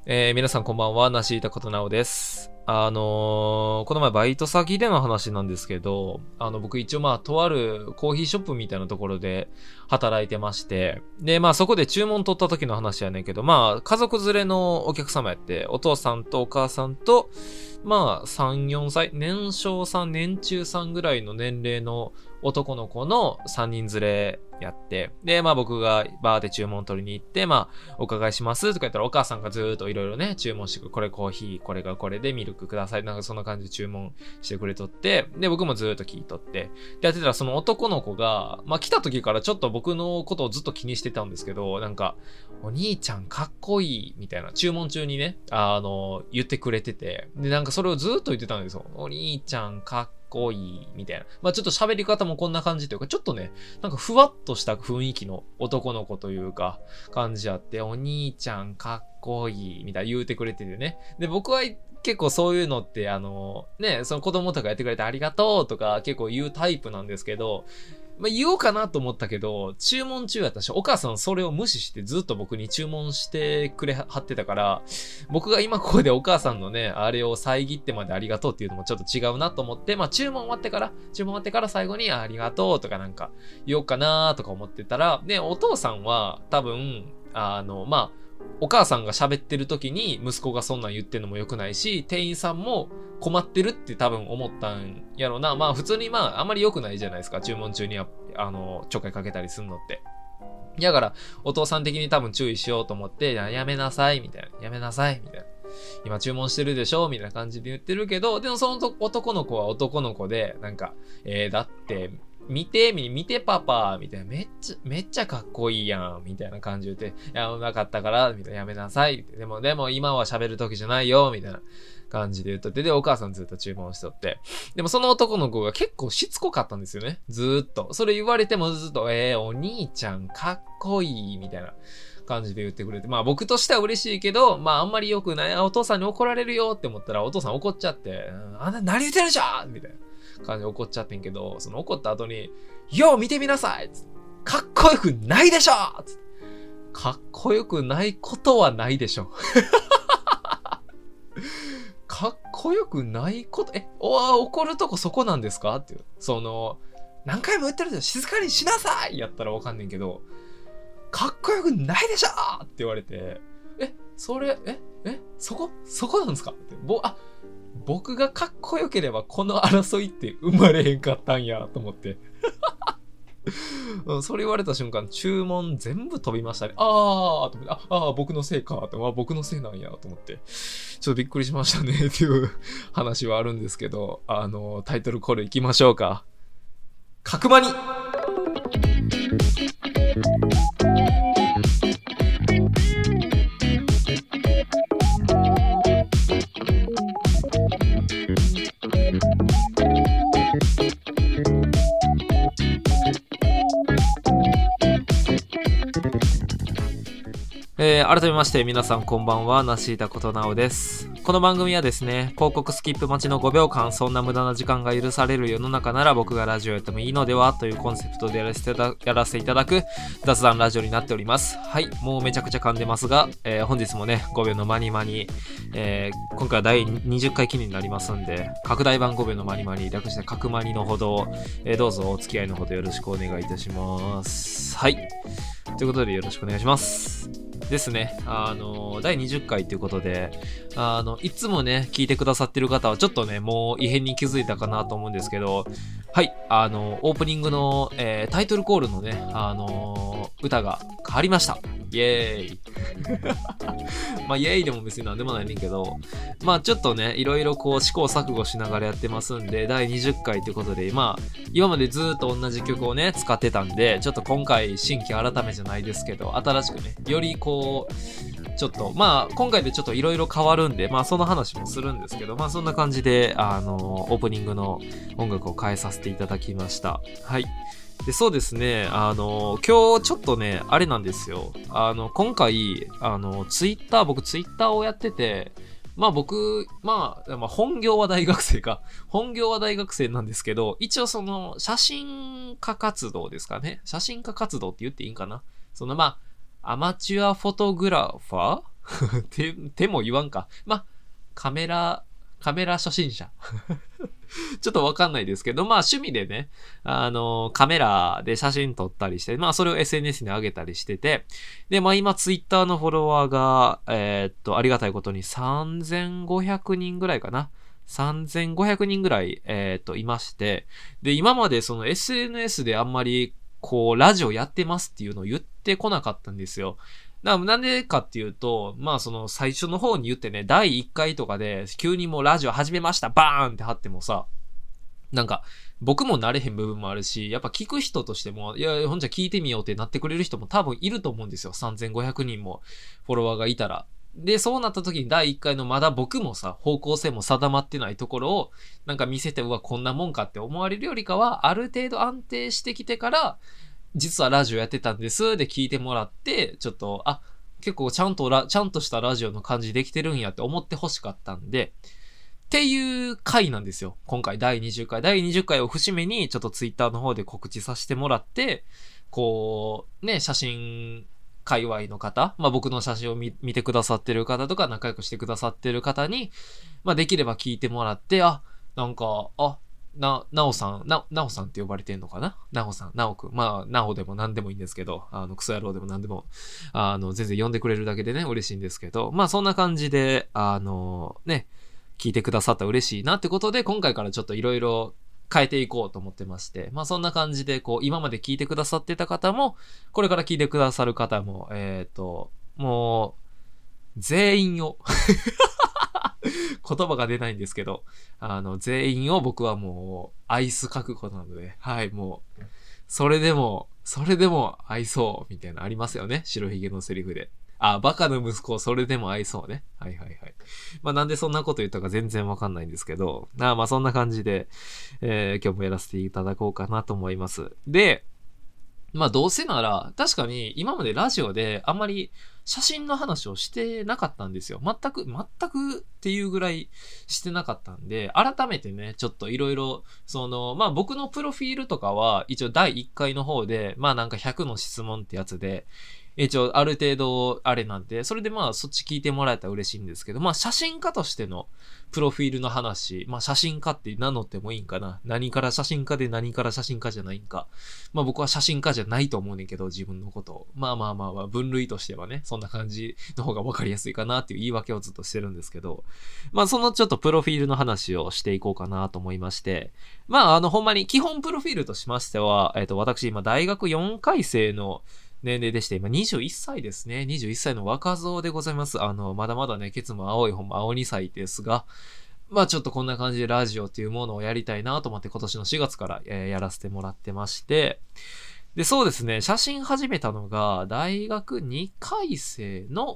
皆さんこんばんは、なしいたことなおです。この前バイト先での話なんですけど、僕一応とあるコーヒーショップみたいなところで働いてまして、で、そこで注文取った時の話やねんけど、家族連れのお客様やって、お父さんとお母さんと、3、4歳、年少さん、年中さんぐらいの年齢の男の子の3人連れやって、で、僕がバーで注文取りに行って、お伺いしますとか言ったらお母さんがずーっといろいろね、注文してくる。これコーヒー、これがこれでミルクください。なんかそんな感じで注文してくれとって、で、僕もずーっと聞いとって、で、やってたらその男の子が、来た時からちょっと僕のことをずっと気にしてたんですけど、なんか、お兄ちゃんかっこいい、みたいな、注文中にね、言ってくれてて、で、なんかそれをずーっと言ってたんですよ。お兄ちゃんかっこいい、みたいな。ちょっと喋り方もこんな感じというか、ちょっとね、なんかふわっとした雰囲気の男の子というか、感じあって、お兄ちゃんかっこいい、みたいな言うてくれててね。で、僕は結構そういうのって、その子供とかやってくれてありがとうとか結構言うタイプなんですけど、言おうかなと思ったけど、注文中やったし、お母さんそれを無視してずっと僕に注文してくれはってたから、僕が今ここでお母さんのね、あれを遮ってまでありがとうっていうのもちょっと違うなと思って、注文終わってから最後にありがとうとかなんか言おうかなとか思ってたら、で、お父さんは多分、お母さんが喋ってる時に息子がそんなん言ってんのも良くないし、店員さんも困ってるって多分思ったんやろな。普通にあんまり良くないじゃないですか。注文中には、ちょっかいかけたりすんのって。だから、お父さん的に多分注意しようと思って、やめなさい、みたいな。やめなさい、みたいな。今注文してるでしょみたいな感じで言ってるけど、でもその男の子は男の子で、なんか、だって、見てパパみたいな、めっちゃかっこいいやんみたいな感じで言って、いや、うまかったから、みたいな、やめなさい。でも今は喋る時じゃないよ、みたいな感じで言っとって、で、お母さんずっと注文しとって。でもその男の子が結構しつこかったんですよね。ずーっと。それ言われてもずっと、お兄ちゃんかっこいい、みたいな感じで言ってくれて。僕としては嬉しいけど、あんまり良くない。お父さんに怒られるよって思ったら、お父さん怒っちゃって、あんな何言ってるじゃんみたいな感じで怒っちゃってんけど、その怒った後に、よう見てみなさいつってかっこよくないでしょつってかっこよくないことはないでしょかっこよくないこと、怒るとこそこなんですかっていう。何回も言ってるじゃん、静かにしなさいやったらわかんねんけど、かっこよくないでしょって言われて、そこなんですかって。僕がかっこよければこの争いって生まれへんかったんやと思ってそれ言われた瞬間注文全部飛びましたね。僕のせいかって、僕のせいなんやと思ってちょっとびっくりしましたねっていう話はあるんですけど、タイトルコールいきましょうか。角間に改めまして皆さんこんばんは、なしいたことなおです。この番組はですね、広告スキップ待ちの5秒間、そんな無駄な時間が許される世の中なら僕がラジオやってもいいのではというコンセプトでやらせていただく雑談ラジオになっております。はい、もうめちゃくちゃ噛んでますが、本日もね、5秒のマニマニ、今回は第20回記念になりますんで、拡大版5秒のマニマニ、略して角マニのほど、どうぞお付き合いのほどよろしくお願いいたします。はい。ということでよろしくお願いします。ですね。第20回ということで、いつもね、聞いてくださってる方はちょっとね、もう異変に気づいたかなと思うんですけど、はい、オープニングの、タイトルコールのね、歌が変わりました。イエーイ。イエーイでも別になんでもないねんけど、ちょっとね、いろいろこう試行錯誤しながらやってますんで、第20回ということで、今までずっと同じ曲をね、使ってたんで、ちょっと今回新規改めじゃないですけど、新しくね、よりこう、ちょっと、今回でちょっといろいろ変わるんで、その話もするんですけど、そんな感じで、オープニングの音楽を変えさせていただきました。はい。で、そうですね、今日ちょっとね、あれなんですよ。今回、僕ツイッターをやってて、僕、本業は大学生か。本業は大学生なんですけど、一応その、写真家活動ですかね。写真家活動って言っていいんかな。アマチュアフォトグラファ手も言わんか。まあ、カメラ初心者。ちょっとわかんないですけど、まあ趣味でね、カメラで写真撮ったりして、まあそれを SNS に上げたりしてて、で、まあ今ツイッターのフォロワーが、ありがたいことに3500人ぐらいかな。3500人ぐらい、いまして、で、今までその SNS であんまり、こう、ラジオやってますっていうのを言ってこなかったんですよ。なんでかっていうと、まあその最初の方に言ってね、第1回とかで急にもうラジオ始めましたバーンって貼ってもさ、なんか僕も慣れへん部分もあるし、やっぱ聞く人としても、いや、ほんじゃ聞いてみようってなってくれる人も多分いると思うんですよ。3500人もフォロワーがいたら。で、そうなった時に第1回のまだ僕もさ、方向性も定まってないところを、なんか見せて、うわ、こんなもんかって思われるよりかは、ある程度安定してきてから、実はラジオやってたんですで聞いてもらって、ちょっと、結構ちゃんとしたラジオの感じできてるんやって思って欲しかったんで、っていう回なんですよ。今回第20回。第20回を節目にちょっとツイッターの方で告知させてもらって、こう、ね、写真界隈の方、まあ僕の写真を見てくださってる方とか仲良くしてくださってる方に、まあできれば聞いてもらって、なんか、なおさんって呼ばれてんのかな、なおさん、なおくん。まあ、なおでも何でもいいんですけど、クソ野郎でも何でも、全然呼んでくれるだけでね、嬉しいんですけど、まあそんな感じで、ね、聞いてくださったら嬉しいなってことで、今回からちょっといろいろ変えていこうと思ってまして、まあそんな感じで、こう、今まで聞いてくださってた方も、これから聞いてくださる方も、もう、全員を言葉が出ないんですけど、全員を僕はもう、愛す覚悟なので、はい、もう、それでも愛そう、みたいなのありますよね。白ひげのセリフで。バカの息子をそれでも愛そうね。はいはいはい。まあなんでそんなこと言ったか全然わかんないんですけど、まあそんな感じで、今日もやらせていただこうかなと思います。で、まあどうせなら、確かに今までラジオであんまり写真の話をしてなかったんですよ。全くっていうぐらいしてなかったんで、改めてね、ちょっといろいろ、まあ僕のプロフィールとかは一応第1回の方で、まあなんか100の質問ってやつで、一応ある程度あれなんで、それでまあそっち聞いてもらえたら嬉しいんですけど、まあ写真家としてのプロフィールの話、まあ写真家って名乗ってもいいんかな。何から写真家で何から写真家じゃないんか。まあ僕は写真家じゃないと思うねんけど、自分のことを。まあ、分類としてはね、そんな感じの方が分かりやすいかなっていう言い訳をずっとしてるんですけど、まあそのちょっとプロフィールの話をしていこうかなと思いまして、まあほんまに基本プロフィールとしましては、私今大学4回生の年齢でして、今21歳ですね。21歳の若造でございます。まだまだね、ケツも青い方も青2歳ですが、まあちょっとこんな感じでラジオっていうものをやりたいなと思って今年の4月から、やらせてもらってまして、で、そうですね、写真始めたのが大学2回生の、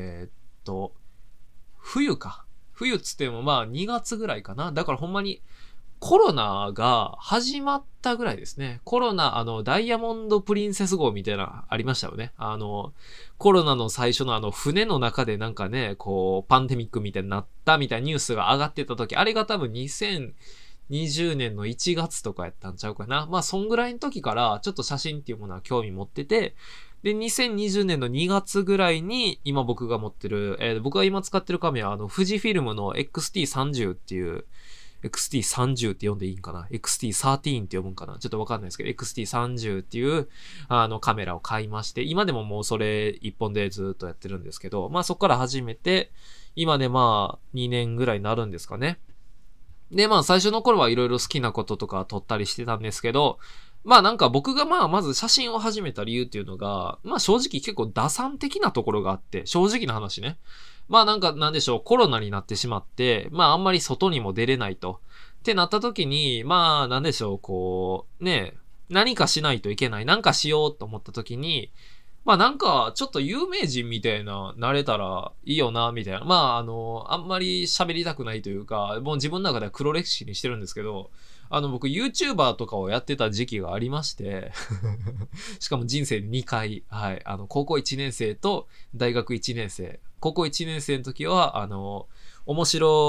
冬か。冬っつってもまあ2月ぐらいかな。だからほんまにコロナが始まったぐらいですね。コロナ、ダイヤモンドプリンセス号みたいな、ありましたよね。コロナの最初の船の中でなんかね、こう、パンデミックみたいになったみたいなニュースが上がってた時、あれが多分2020年の1月とかやったんちゃうかな。まあ、そんぐらいの時から、ちょっと写真っていうものは興味持ってて、で、2020年の2月ぐらいに、今僕が持ってる、僕が今使ってるカメラ、富士フィルムの XT30 っていう、XT30 って読んでいいんかな ?XT13 って読むんかなちょっとわかんないですけど、XT30 っていう、カメラを買いまして、今でももうそれ一本でずっとやってるんですけど、まあそこから始めて、今でまあ2年ぐらいになるんですかね。で、まあ最初の頃はいろいろ好きなこととか撮ったりしてたんですけど、まあなんか僕がまず写真を始めた理由っていうのが、まあ正直結構打算的なところがあって、正直な話ね。まあなんでしょう、コロナになってしまって、まああんまり外にも出れないと。ってなった時に、まあなんでしょう、こう、ね、何かしないといけない、なんかしようと思った時に、まあなんかちょっと有名人みたいな、なれたらいいよな、みたいな。まああんまり喋りたくないというか、もう自分の中では黒歴史にしてるんですけど、僕 YouTuber とかをやってた時期がありましてしかも人生で2回、はい、高校1年生と大学1年生。高校1年生の時は、面白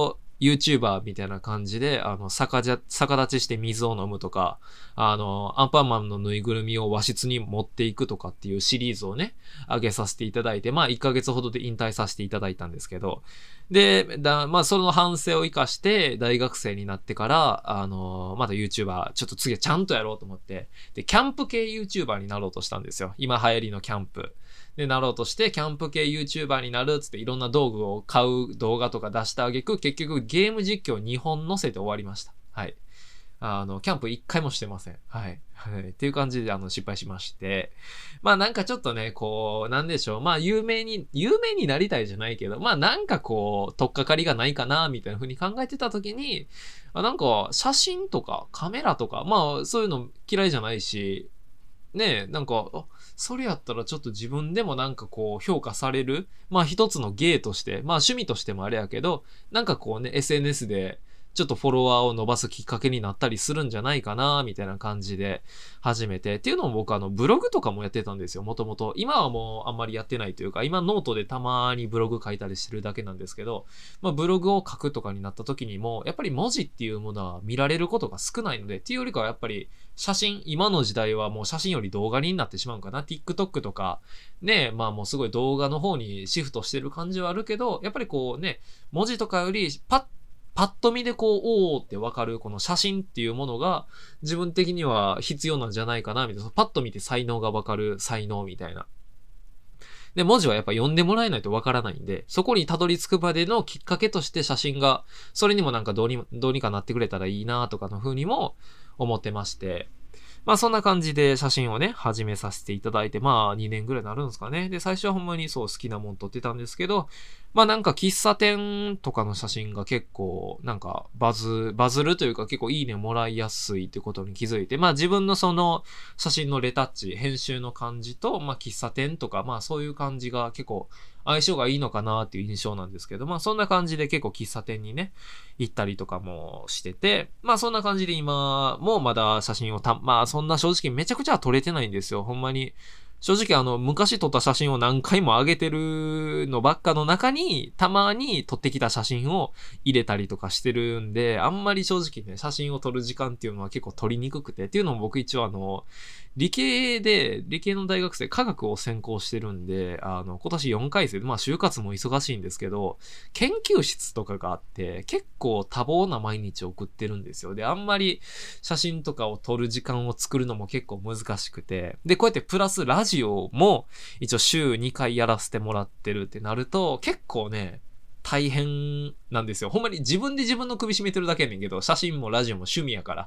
YouTuber みたいな感じで、逆立ちして水を飲むとか、アンパンマンのぬいぐるみを和室に持っていくとかっていうシリーズをね、上げさせていただいて、まあ1ヶ月ほどで引退させていただいたんですけど、で、まあその反省を生かして大学生になってから、また YouTuber、ちょっと次はちゃんとやろうと思って、で、キャンプ系 YouTuber になろうとしたんですよ。今流行りのキャンプ。で、なろうとして、キャンプ系 YouTuber になるっつっていろんな道具を買う動画とか出したあげく、結局ゲーム実況2本載せて終わりました。はい。キャンプ1回もしてません。はい。はい。っていう感じで、失敗しまして。まあなんかちょっとね、こう、なんでしょう。まあ有名になりたいじゃないけど、まあなんかこう、取っかかりがないかな、みたいな風に考えてた時に、なんか写真とかカメラとか、まあそういうの嫌いじゃないし、ねえ、なんか、それやったらちょっと自分でもなんかこう評価される。まあ一つの芸として、まあ趣味としてもあれやけど、なんかこうね、SNS でちょっとフォロワーを伸ばすきっかけになったりするんじゃないかな、みたいな感じで始めて。っていうのも僕ブログとかもやってたんですよ、もともと。今はもうあんまりやってないというか、今ノートでたまにブログ書いたりしてるだけなんですけど、まあブログを書くとかになった時にも、やっぱり文字っていうものは見られることが少ないので、っていうよりかはやっぱり写真、今の時代はもう写真より動画になってしまうかな。TikTok とか、ね、まあもうすごい動画の方にシフトしてる感じはあるけど、やっぱりこうね、文字とかよりパッと見でこう、おーってわかるこの写真っていうものが自分的には必要なんじゃないかな、みたいな。パッと見て才能がわかる才能みたいな。で、文字はやっぱ読んでもらえないとわからないんで、そこにたどり着くまでのきっかけとして写真が、それにもなんかどうにかなってくれたらいいなとかの風にも思ってまして、まあそんな感じで写真をね、始めさせていただいて、まあ2年ぐらいになるんですかね。で、最初はほんまにそう好きなもん撮ってたんですけど、まあなんか喫茶店とかの写真が結構なんかバズるというか結構いいねもらいやすいってことに気づいて、まあ自分のその写真のレタッチ、編集の感じと、まあ喫茶店とか、まあそういう感じが結構相性がいいのかなっていう印象なんですけど、まあそんな感じで結構喫茶店にね、行ったりとかもしてて、まあそんな感じで今もまだ写真をまあそんな正直めちゃくちゃ撮れてないんですよ。ほんまに。正直昔撮った写真を何回も上げてるのばっかの中に、たまに撮ってきた写真を入れたりとかしてるんで、あんまり正直ね、写真を撮る時間っていうのは結構撮りにくくて、っていうのも僕一応理系の大学生、科学を専攻してるんで、今年4回生で、まあ就活も忙しいんですけど、研究室とかがあって、結構多忙な毎日を送ってるんですよ。で、あんまり写真とかを撮る時間を作るのも結構難しくて、で、こうやってプラスラジオも一応週2回やらせてもらってるってなると、結構ね、大変なんですよ。ほんまに自分で自分の首絞めてるだけやねんけど、写真もラジオも趣味やから。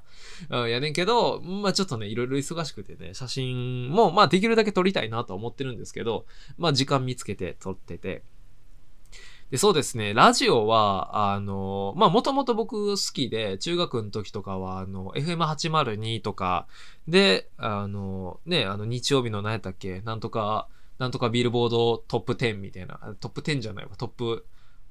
やねんけど、まあちょっとね、いろいろ忙しくてね、写真もまあできるだけ撮りたいなとは思ってるんですけど、まあ時間見つけて撮ってて。で、そうですね、ラジオは、まあもともと僕好きで、中学の時とかはFM802 とか、で、日曜日の何やったっけ、なんとかビルボードトップ10みたいな、トップ10じゃないわ、トップ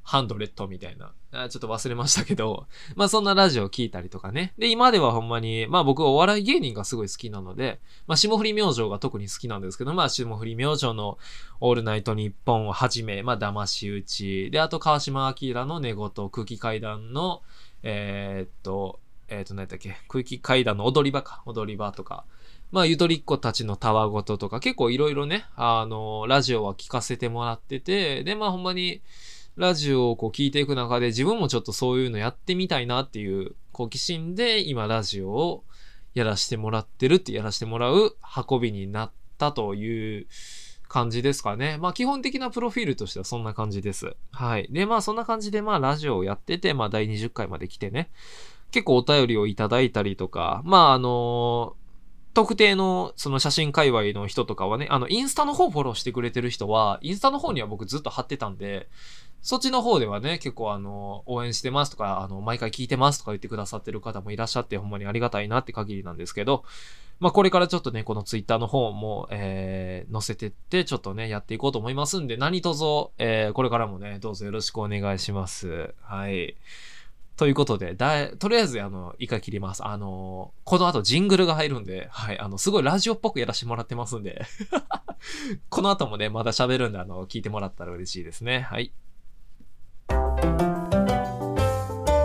100みたいな。ちょっと忘れましたけど、まあそんなラジオ聞いたりとかね。で、今ではほんまに、まあ僕お笑い芸人がすごい好きなので、まあ霜降り明星が特に好きなんですけど、まあ霜降り明星のオールナイトニッポンをはじめ、まあ騙し討ち、で、あと川島明の寝言、空気階段の、何やったっけ、空気階段の踊り場とか、まあ、ゆとりっ子たちのたわごととか、結構いろいろね、ラジオは聞かせてもらってて、で、まあほんまに、ラジオをこう聞いていく中で自分もちょっとそういうのやってみたいなっていう好奇心で今ラジオをやらせてもらう運びになったという感じですかね。まあ基本的なプロフィールとしてはそんな感じです。はい。でまあそんな感じでまあラジオをやっててまあ第20回まで来てね。結構お便りをいただいたりとか、まあ特定のその写真界隈の人とかはね、インスタの方フォローしてくれてる人は、インスタの方には僕ずっと貼ってたんで、そっちの方ではね、結構応援してますとか、毎回聞いてますとか言ってくださってる方もいらっしゃって、ほんまにありがたいなって限りなんですけど、まあこれからちょっとね、このツイッターの方も、載せてって、ちょっとね、やっていこうと思いますんで、何卒、これからもね、どうぞよろしくお願いします。はい。ということで、とりあえず、一回切ります。この後ジングルが入るんで、はい、すごいラジオっぽくやらせてもらってますんで、この後もね、まだ喋るんで、聞いてもらったら嬉しいですね。はい。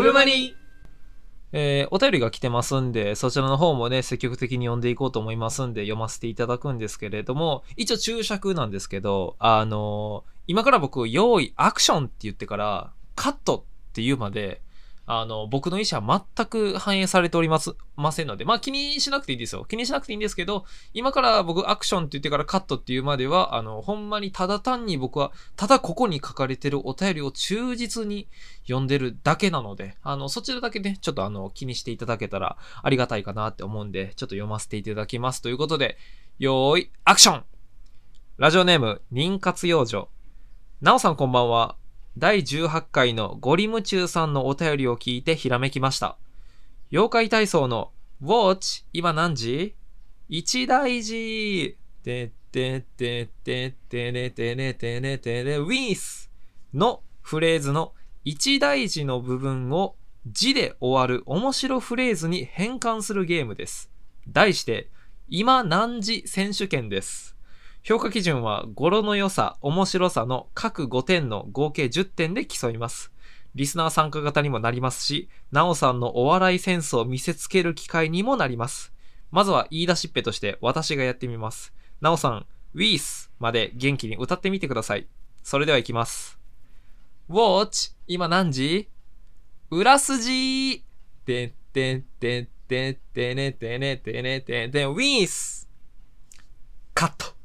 ブマニお便りが来てますんで、そちらの方もね、積極的に読んでいこうと思いますんで、読ませていただくんですけれども、一応注釈なんですけど、今から僕、用意、アクションって言ってから、カットって言うまで、僕の意思は全く反映されておりませんので、まあ気にしなくていいですよ。気にしなくていいんですけど、今から僕アクションって言ってからカットっていうまでは、ほんまにただ単に僕は、ただここに書かれてるお便りを忠実に読んでるだけなので、そちらだけね、ちょっと気にしていただけたらありがたいかなって思うんで、ちょっと読ませていただきます。ということで、よーい、アクション。ラジオネーム、妊活幼女。なおさんこんばんは。第18回のゴリムチューさんのお便りを聞いてひらめきました。妖怪体操の Watch 今何時 ?1 大事てててててれてれてれてれウィースのフレーズの1大事の部分を字で終わる面白フレーズに変換するゲームです。題して今何時選手権です。評価基準は語呂の良さ、面白さの各5点の合計10点で競います。リスナー参加型にもなりますし、なおさんのお笑いセンスを見せつける機会にもなります。まずは言い出しっぺとして私がやってみます。なおさん、ウィースまで元気に歌ってみてください。それでは行きます。Watch 今何時裏筋てってってってってねてねてねてねウィースカット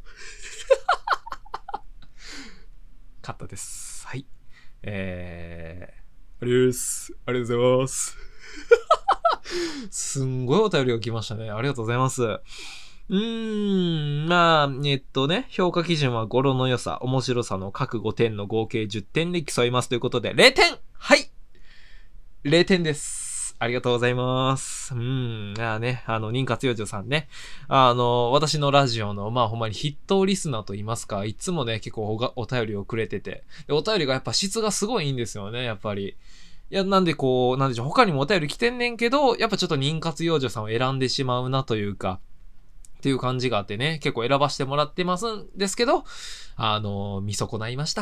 カットです。はい。ありです。ありがとうございます。すんごいお便りが来ましたね。ありがとうございます。まあ、評価基準は語呂の良さ、面白さの各5点の合計10点で競いますということで、0点はい !0 点です。ありがとうございます。妊活幼女さんね。私のラジオの、まあほんまに筆頭リスナーと言いますか、いつもね、結構お便りをくれてて。で、お便りがやっぱ質がすごいいいんですよね、やっぱり。いや、なんでしょう、他にもお便り来てんねんけど、やっぱちょっと妊活幼女さんを選んでしまうなというか、っていう感じがあってね、結構選ばせてもらってますんですけど、見損ないました。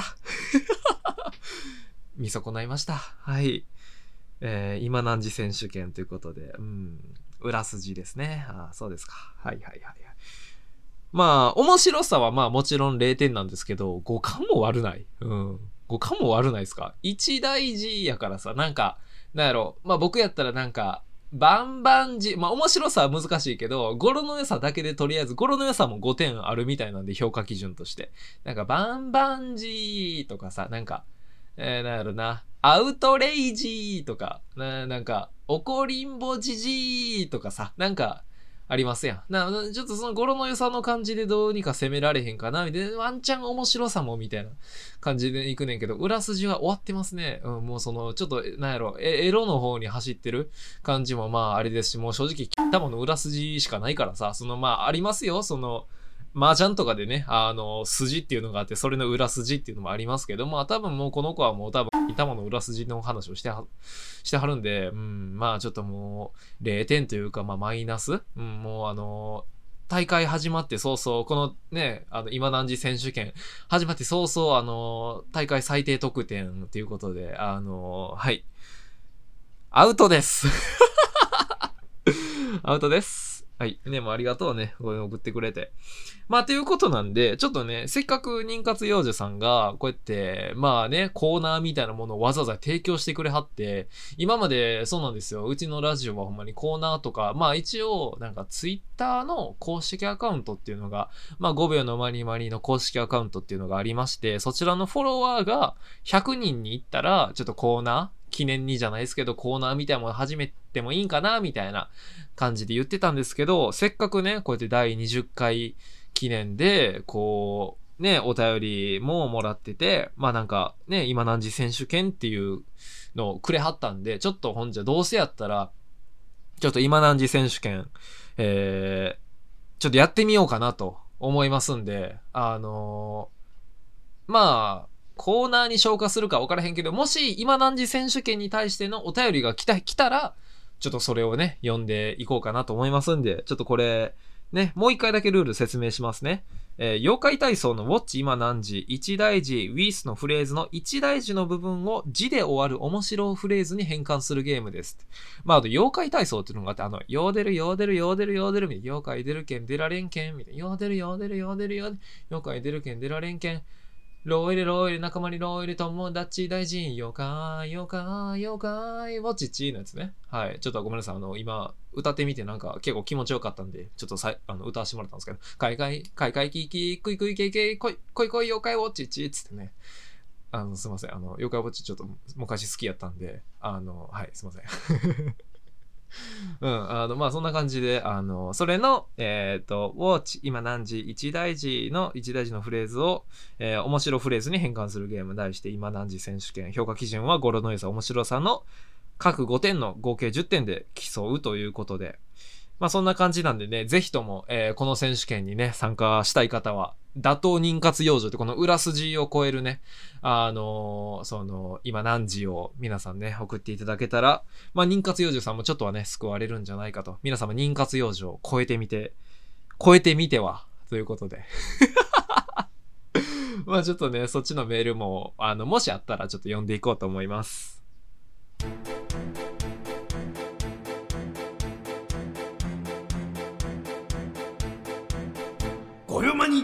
見損ないました。はい。今何時選手権ということで、裏筋ですね。そうですか。はいはいはい。まあ、面白さはまあもちろん0点なんですけど、五感も悪ない。五感も悪ないですか？一大事やからさ、なんやろ、まあ僕やったらバンバンジー、まあ面白さは難しいけど、語呂の良さだけでとりあえず、語呂の良さも5点あるみたいなんで評価基準として。バンバンジーとかさ、なんやろな、アウトレイジーとか、怒りんぼじじーとかさ、ありますやん。ちょっとその語呂の良さの感じでどうにか攻められへんかなみたいな、ワンチャン面白さもみたいな感じでいくねんけど、裏筋は終わってますね。もうちょっと、エロの方に走ってる感じもまああれですし、もう正直、たもの裏筋しかないからさ、ありますよ、麻雀とかでね、筋っていうのがあって、それの裏筋っていうのもありますけど、まあ多分もうこの子はもう多分、板の裏筋の話をしてはるんで、まあちょっともう、0点というか、まあマイナス、もう大会始まって早々、このね、今何時選手権始まって早々、大会最低得点ということで、はい。アウトです。アウトです。はい。ね、もうありがとうね。これ送ってくれて。まあ、ということなんで、ちょっとね、せっかく妊活幼女さんが、こうやって、まあね、コーナーみたいなものをわざわざ提供してくれはって、今までそうなんですよ。うちのラジオはほんまにコーナーとか、まあ一応、ツイッターの公式アカウントっていうのが、まあ5秒のマニマニの公式アカウントっていうのがありまして、そちらのフォロワーが100人に行ったら、ちょっとコーナー、記念にじゃないですけど、コーナーみたいなもの始めてもいいんかなみたいな感じで言ってたんですけど、せっかくね、こうやって第20回記念で、こう、ね、お便りももらってて、まあ今何時選手権っていうのをくれはったんで、ちょっとほんじゃどうせやったら、ちょっと今何時選手権、ちょっとやってみようかなと思いますんで、まあ、コーナーに消化するか分からへんけど、もし今何時選手権に対してのお便りが来たら、ちょっとそれをね、読んでいこうかなと思いますんで、ちょっとこれ、ね、もう一回だけルール説明しますね。 妖怪体操のウォッチ今何時、一大事、ウィースのフレーズの一大事の部分を字で終わる面白フレーズに変換するゲームです。まあ、あと、妖怪体操っていうのがあって、ヨーデル、ヨーデル、ヨーデル、ヨーデル、みたいな、妖怪出るけん、出られんけん、みたいな、ヨーデル、ヨーデル、ヨーデル、ヨーデル、妖怪出るけん、出られんけん、ローイレ、ローイレ、仲間にローイレ、友達大臣、妖怪、妖怪、妖怪、ウォッチチのやつね。はい。ちょっとごめんなさい。今、歌ってみてなんか結構気持ちよかったんで、ちょっと歌わせてもらったんですけど、かいかい、かいかい、きき、くいくいけいけい、こい、こいこい、妖怪ウォッチチつってね。すいません。妖怪ウォッチちょっと昔好きやったんで、はい、すいません。うん、まあ、そんな感じで、それの、ウォッチ、今何時、一大事のフレーズを、面白フレーズに変換するゲーム、題して、今何時選手権、評価基準は語呂の良さ、面白さの各5点の合計10点で競うということで、まあそんな感じなんでね、ぜひとも、この選手権にね、参加したい方は、打倒妊活養生ってこの裏筋を超えるね、今何時を皆さんね、送っていただけたら、まあ妊活養生さんもちょっとはね、救われるんじゃないかと。皆様妊活養生を超えてみては、ということで。まあちょっとね、そっちのメールも、もしあったらちょっと読んでいこうと思います。 ごよまに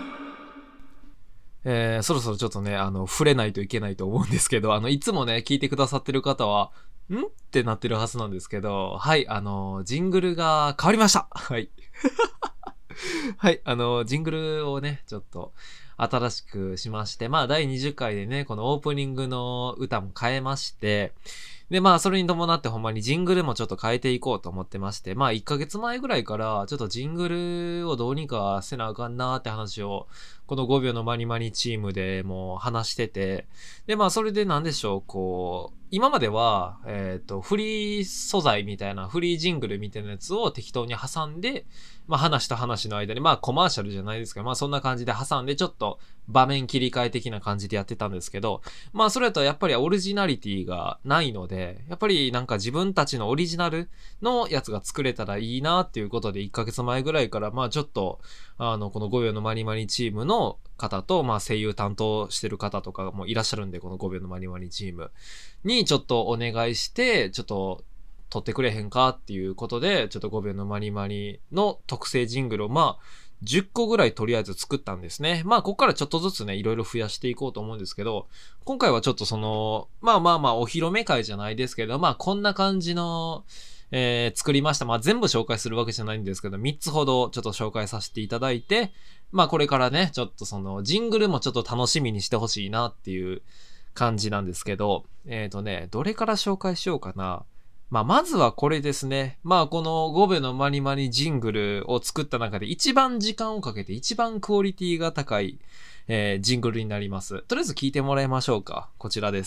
そろそろちょっとね、触れないといけないと思うんですけど、いつもね、聞いてくださってる方は、んってなってるはずなんですけど、はい、ジングルが変わりました。はい。はい、ジングルをね、ちょっと新しくしまして、まあ、第20回でね、このオープニングの歌も変えまして、で、まあ、それに伴ってほんまにジングルもちょっと変えていこうと思ってまして、まあ、1ヶ月前ぐらいから、ちょっとジングルをどうにかせなあかんなーって話を、この5秒のマニマニチームでもう話してて、で、まあ、それでなんでしょう、こう、今までは、フリー素材みたいな、フリージングルみたいなやつを適当に挟んで、まあ話と話の間に、まあコマーシャルじゃないですけど、まあそんな感じで挟んでちょっと場面切り替え的な感じでやってたんですけど、まあそれだとやっぱりオリジナリティがないので、やっぱりなんか自分たちのオリジナルのやつが作れたらいいなっていうことで1ヶ月前ぐらいから、まあちょっと、この5秒のマニマニチームの方と、まあ声優担当してる方とかもいらっしゃるんで、この5秒のマニマニチームにちょっとお願いして、ちょっと撮ってくれへんかっていうことで、ちょっと5秒のマニマニの特製ジングルをまあ、10個ぐらいとりあえず作ったんですね。まあ、ここからちょっとずつね、いろいろ増やしていこうと思うんですけど、今回はちょっとまあ、お披露目会じゃないですけど、まあ、こんな感じの、作りました。まあ、全部紹介するわけじゃないんですけど、3つほどちょっと紹介させていただいて、まあ、これからね、ちょっとジングルもちょっと楽しみにしてほしいなっていう感じなんですけど、どれから紹介しようかな。まあ、まずはこれですね。まあ、この5秒のマニマニジングルを作った中で一番時間をかけて一番クオリティが高い、ジングルになります。とりあえず聞いてもらいましょうか。こちらです。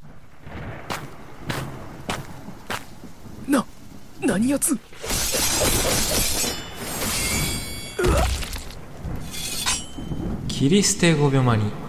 何やつ切り捨て5秒マニ。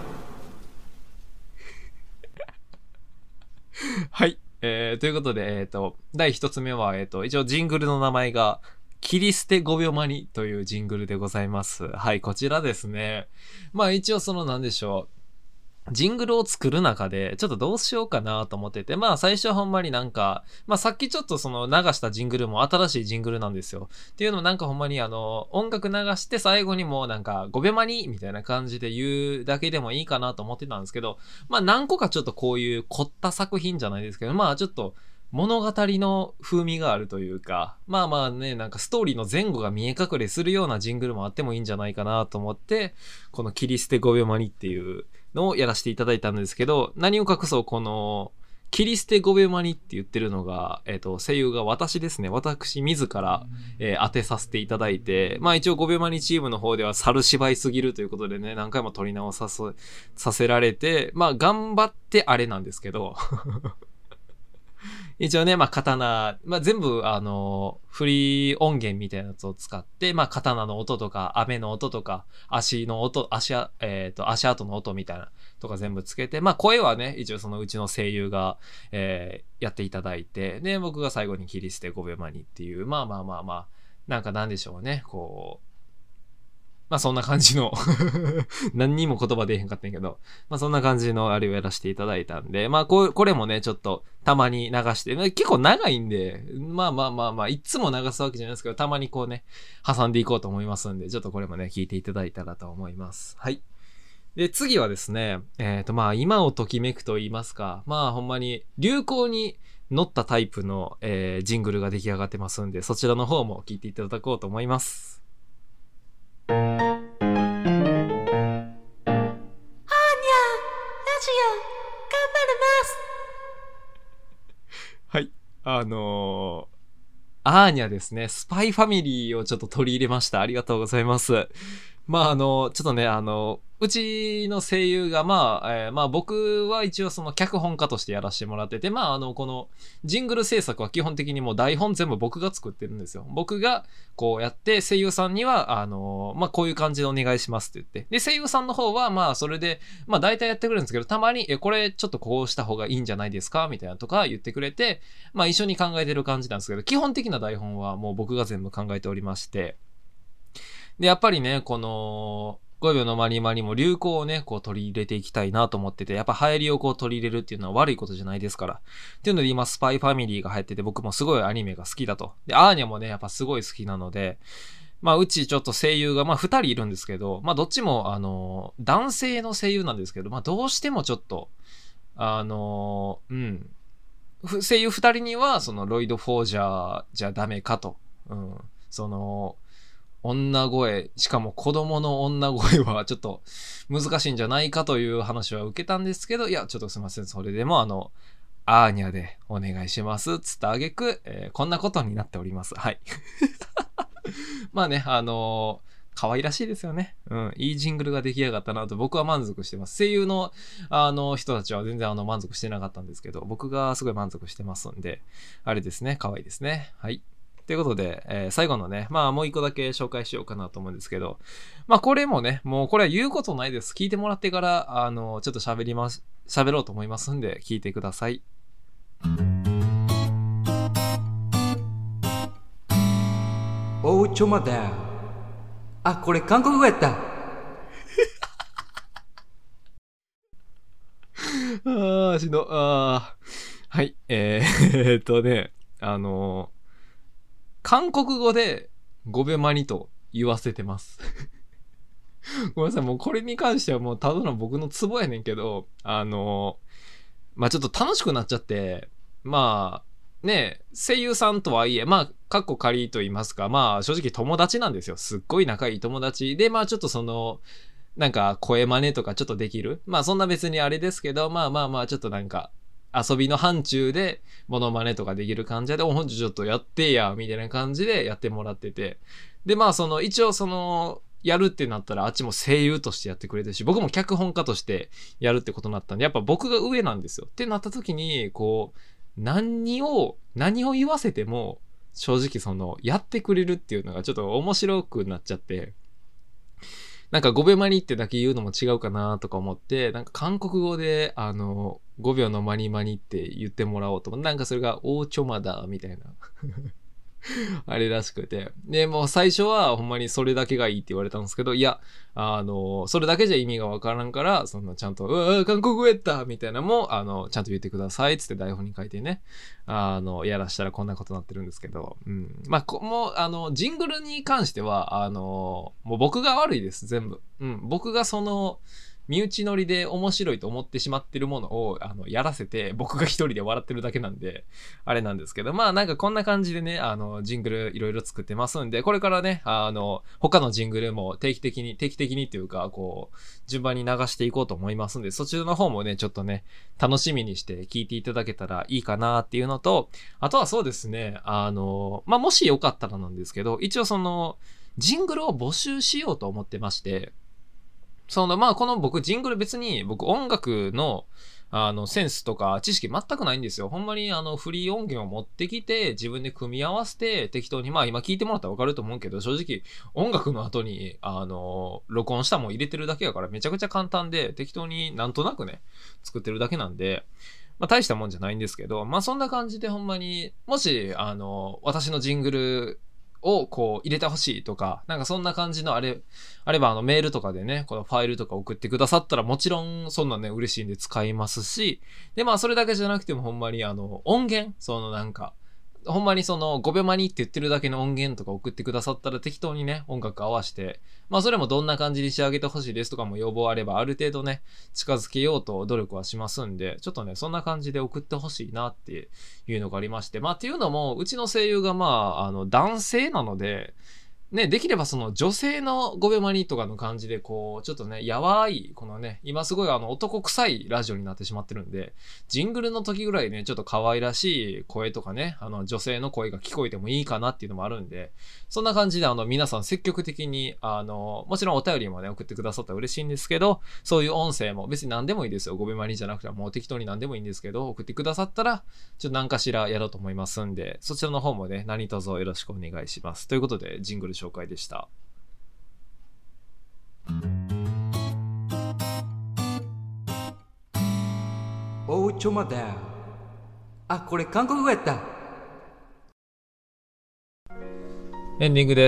はい。ということで、第一つ目は、一応ジングルの名前が、切り捨て5秒マニというジングルでございます。はい、こちらですね。まあ一応なんでしょう。ジングルを作る中で、ちょっとどうしようかなと思ってて、まあ最初はほんまになんか、まあさっきちょっと流したジングルも新しいジングルなんですよ。っていうのもなんかほんまに音楽流して最後にもうなんか5秒間にみたいな感じで言うだけでもいいかなと思ってたんですけど、まあ何個かちょっとこういう凝った作品じゃないですけど、まあちょっと、物語の風味があるというか、まあまあね、なんかストーリーの前後が見え隠れするようなジングルもあってもいいんじゃないかなと思って、この切り捨て5秒間にっていうのをやらせていただいたんですけど、何を隠そうこの、切り捨て5秒間にって言ってるのが、声優が私ですね。私自ら、当てさせていただいて、まあ一応5秒間にチームの方では猿芝居すぎるということでね、何回も撮り直させられて、まあ頑張ってあれなんですけど、一応ね、まあ、刀、まあ、全部、フリー音源みたいなやつを使って、まあ、刀の音とか、雨の音とか、足跡の音みたいな、とか全部つけて、まあ、声はね、一応うちの声優が、やっていただいて、で、僕が最後に切り捨て5秒間にっていう、まあ、なんかなんでしょうね、こう、 まあそんな感じの何にも言葉出えへんかったんやけど、まあそんな感じのあれをやらせていただいたんで、まあこれもね、ちょっとたまに流して、結構長いんで、まあまあまあまあ、いつも流すわけじゃないですけど、たまにこうね、挟んでいこうと思いますんで、ちょっとこれもね、聞いていただいたらと思います。はい。で、次はですね、まあ今をときめくと言いますか、まあほんまに流行に乗ったタイプの、ジングルが出来上がってますんで、そちらの方も聞いていただこうと思います。はい。アーニャですね。スパイファミリーをちょっと取り入れました。ありがとうございます。まあちょっとね、うちの声優が、まあ僕は一応その脚本家としてやらせてもらってて、まあこのジングル制作は基本的にもう台本全部僕が作ってるんですよ。僕がこうやって声優さんには、まあこういう感じでお願いしますって言って。で、声優さんの方はまあそれで、まあ大体やってくれるんですけど、たまに、これちょっとこうした方がいいんじゃないですかみたいなとか言ってくれて、まあ一緒に考えてる感じなんですけど、基本的な台本はもう僕が全部考えておりまして、で、やっぱりね、この、5秒のマリマリも流行をね、こう取り入れていきたいなと思ってて、やっぱ流行りをこう取り入れるっていうのは悪いことじゃないですから。っていうので今、スパイファミリーが流行ってて、僕もすごいアニメが好きだと。で、アーニャもね、やっぱすごい好きなので、まあ、うちちょっと声優が、まあ、2人いるんですけど、まあ、どっちも、男性の声優なんですけど、まあ、どうしてもちょっと、声優2人には、その、ロイド・フォージャーじゃダメかと。うん。その、女声、しかも子供の女声はちょっと難しいんじゃないかという話は受けたんですけど、いや、ちょっとすいません。それでもアーニャでお願いします。つってあげく、こんなことになっております。はい。まあね、可愛らしいですよね。うん。いいジングルが出来上がったなと僕は満足してます。声優の、人たちは全然満足してなかったんですけど、僕がすごい満足してますんで、あれですね、可愛いですね。はい。ということで、最後のね、まあもう一個だけ紹介しようかなと思うんですけど、まあこれもね、もうこれは言うことないです。聞いてもらってから、ちょっと喋ろうと思いますんで、聞いてください。 おうちょまだ。あ、これ韓国語やった。 はい、ね、韓国語で5秒マニと言わせてます。ごめんなさい、もうこれに関してはもうただの僕のツボやねんけど、まあちょっと楽しくなっちゃって、まあね、声優さんとはいえ、まあ、かっこ仮と言いますか、まあ正直友達なんですよ。すっごい仲いい友達で、まあちょっとその、なんか声真似とかちょっとできる。まあそんな別にあれですけど、まあまあまあちょっとなんか遊びの範疇でモノマネとかできる感じで、ほんとちょっとやってや、みたいな感じでやってもらってて。でまあその一応その、やるってなったらあっちも声優としてやってくれてるし、僕も脚本家としてやるってことになったんで、やっぱ僕が上なんですよ。ってなった時に、こう、何を言わせても、正直その、やってくれるっていうのがちょっと面白くなっちゃって、なんか5秒マニってだけ言うのも違うかなとか思って、なんか韓国語で、5秒のマニマニって言ってもらおうと思って、なんかそれが、オーチョマだ、みたいな。あれらしくて。で、もう最初はほんまにそれだけがいいって言われたんですけど、いや、それだけじゃ意味がわからんから、そんなちゃんと、韓国語やったみたいなのも、ちゃんと言ってくださいっつって台本に書いてね、やらしたらこんなことになってるんですけど、うん。まあ、もう、ジングルに関しては、もう僕が悪いです、全部。うん。僕がその、身内乗りで面白いと思ってしまってるものを、やらせて、僕が一人で笑ってるだけなんで、あれなんですけど、まあなんかこんな感じでね、ジングルいろいろ作ってますんで、これからね、他のジングルも定期的にっていうか、こう、順番に流していこうと思いますんで、そちらの方もね、ちょっとね、楽しみにして聞いていただけたらいいかなっていうのと、あとはそうですね、まあもしよかったらなんですけど、一応その、ジングルを募集しようと思ってまして、まあ、この僕、ジングル別に、僕、音楽の、センスとか知識全くないんですよ。ほんまに、フリー音源を持ってきて、自分で組み合わせて、適当に、まあ、今聞いてもらったらわかると思うけど、正直、音楽の後に、録音したもん入れてるだけやから、めちゃくちゃ簡単で、適当になんとなくね、作ってるだけなんで、まあ、大したもんじゃないんですけど、まあ、そんな感じでほんまに、もし、私のジングル、 をこう入れてほしいとか、なんかそんな感じのあればメールとかでね、このファイルとか送ってくださったらもちろんそんなね、嬉しいんで使いますし、でそれだけじゃなくてもほんまに音源、なんか、ほんまに5秒間にって言ってるだけの音源とか送ってくださったら適当にね、音楽合わせて、それもどんな感じに仕上げてほしいですとかも要望あれば、ある程度ね、近づけようと努力はしますんで、ちょっとね、そんな感じで送ってほしいなっていうのがありまして、っていうのも、うちの声優が男性なので、ね、できれば女性の5秒マニとかの感じでこう、ちょっとね、やわい、このね、今すごい男臭いラジオになってしまってるんで、ジングルの時ぐらいね、ちょっと可愛らしい声とかね、女性の声が聞こえてもいいかなっていうのもあるんで、そんな感じで皆さん積極的に、もちろんお便りもね、送ってくださったら嬉しいんですけど、そういう音声も別に何でもいいですよ。5秒マニじゃなくてもう適当に何でもいいんですけど、送ってくださったら、ちょっと何かしらやろうと思いますんで、そちらの方もね、何卒よろしくお願いします。ということで、ジングル紹介でした。 おうちょまだ。あ、これ韓国語やった。 エンディングです。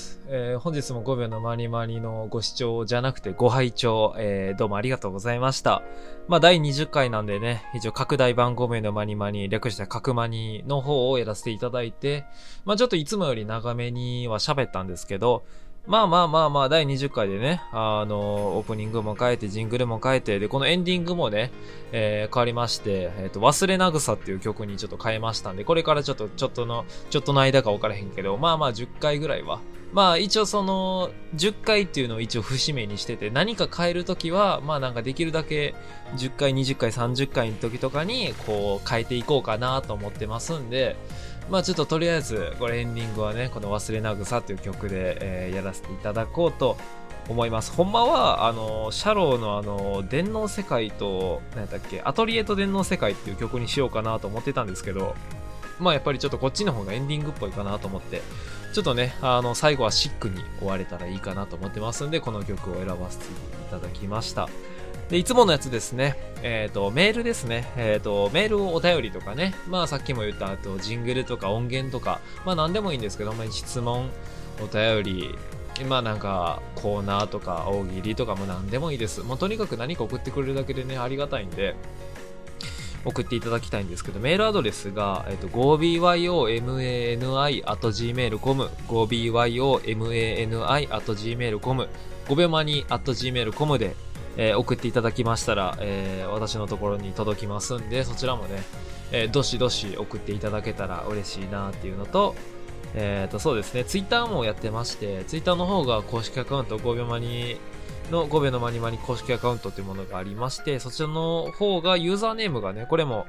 本日も5秒のマニマニのご視聴じゃなくてご拝聴、どうもありがとうございました。第20回なんでね、一応拡大版5秒のマニマニ、略して拡マニの方をやらせていただいて、ちょっといつもより長めには喋ったんですけど、第20回でね、オープニングも変えて、ジングルも変えて、で、このエンディングもね、変わりまして、忘れなぐさっていう曲にちょっと変えましたんで、これからちょっとの間か分からへんけど、10回ぐらいは、一応10回っていうのを一応節目にしてて、何か変えるときは、なんかできるだけ10回、20回、30回の時とかに、こう、変えていこうかなと思ってますんで、ちょっととりあえず、これエンディングはね、この忘れなぐさという曲で、やらせていただこうと思います。ほんまは、シャローの電脳世界と、何だっけ、アトリエと電脳世界っていう曲にしようかなと思ってたんですけど、やっぱりちょっとこっちの方がエンディングっぽいかなと思って、ちょっとね、最後はシックに終われたらいいかなと思ってますんで、この曲を選ばせていただきました。で、いつものやつですね。メールですね。メールをお便りとかね。さっきも言ったジングルとか音源とか、何でもいいんですけど、質問、お便り、なんか、コーナーとか、大喜利とかも何でもいいです。もうとにかく何か送ってくれるだけでね、ありがたいんで、送っていただきたいんですけど、メールアドレスが、5byomani@gmail.com、5byomani@gmail.com、5秒間に @gmail.com で、送っていただきましたら、私のところに届きますんで、そちらもね、どしどし送っていただけたら嬉しいなっていうのと、そうですね、ツイッターもやってまして、ツイッターの方が公式アカウント5秒間にの5秒のマニマニ公式アカウントというものがありまして、そちらの方がユーザーネームがね、これも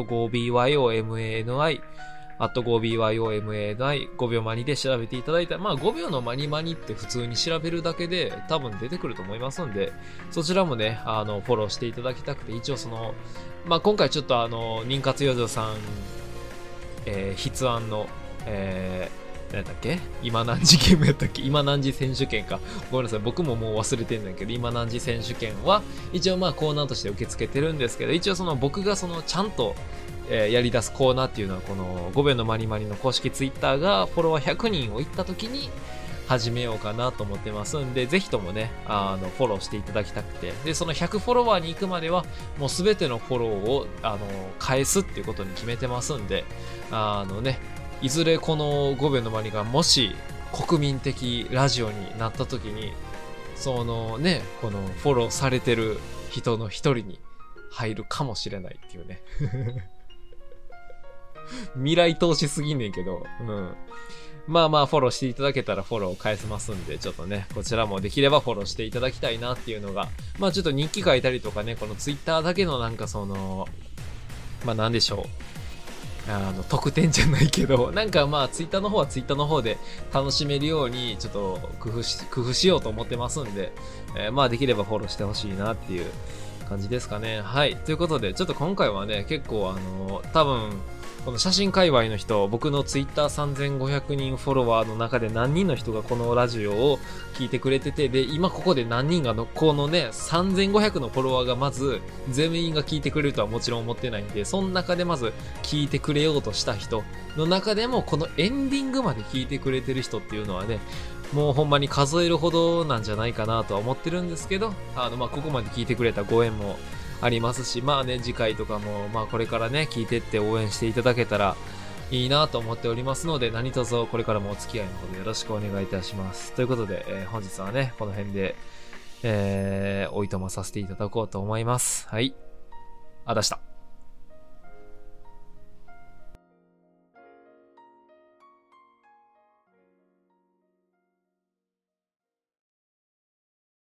@5byomani@5byomani 5秒マニで調べていただいたら、5秒のマニマニって普通に調べるだけで多分出てくると思いますんで、そちらもね、フォローしていただきたくて、一応今回ちょっと妊活幼女さん、筆案の、何だっけ、今何時ゲームやったっけ、今何時選手権か。ごめんなさい。僕ももう忘れてんだけど、今何時選手権は、一応コーナーとして受け付けてるんですけど、一応僕がちゃんと、やり出すコーナーっていうのは、この5秒のマニマニの公式ツイッターがフォロワー100人をいった時に始めようかなと思ってますんで、ぜひともね、フォローしていただきたくて、で、その100フォロワーに行くまでは、もうすべてのフォローを、返すっていうことに決めてますんで、いずれこの5秒のマニがもし国民的ラジオになった時に、このフォローされてる人の一人に入るかもしれないっていうね。未来投資すぎんねんけど、フォローしていただけたらフォロー返せますんで、ちょっとね、こちらもできればフォローしていただきたいなっていうのが、ちょっと日記書いたりとかね、このツイッターだけのなんかなんでしょう。特典じゃないけど、なんかツイッターの方はツイッターの方で楽しめるように、ちょっと工夫しようと思ってますんで、できればフォローしてほしいなっていう感じですかね。はい。ということで、ちょっと今回はね、結構多分、 この写真界隈の人、僕のツイッター3500人フォロワーの中で何人の人がこのラジオを聞いてくれてて、で、今ここで何人がこのね、3500のフォロワーがまず全員が聞いてくれるとはもちろん思ってないんで、その中でまず聞いてくれようとした人の中でもこのエンディングまで聞いてくれてる人っていうのはね、もうほんまに数えるほどなんじゃないかなとは思ってるんですけど、ここまで聞いてくれたご縁もありますし、まあね、次回とかも、まあこれからね、聞いてって応援していただけたらいいなと思っておりますので、何卒これからもお付き合いのほどよろしくお願いいたします。ということで、本日はね、この辺で、おいとまさせていただこうと思います。はい。あだした。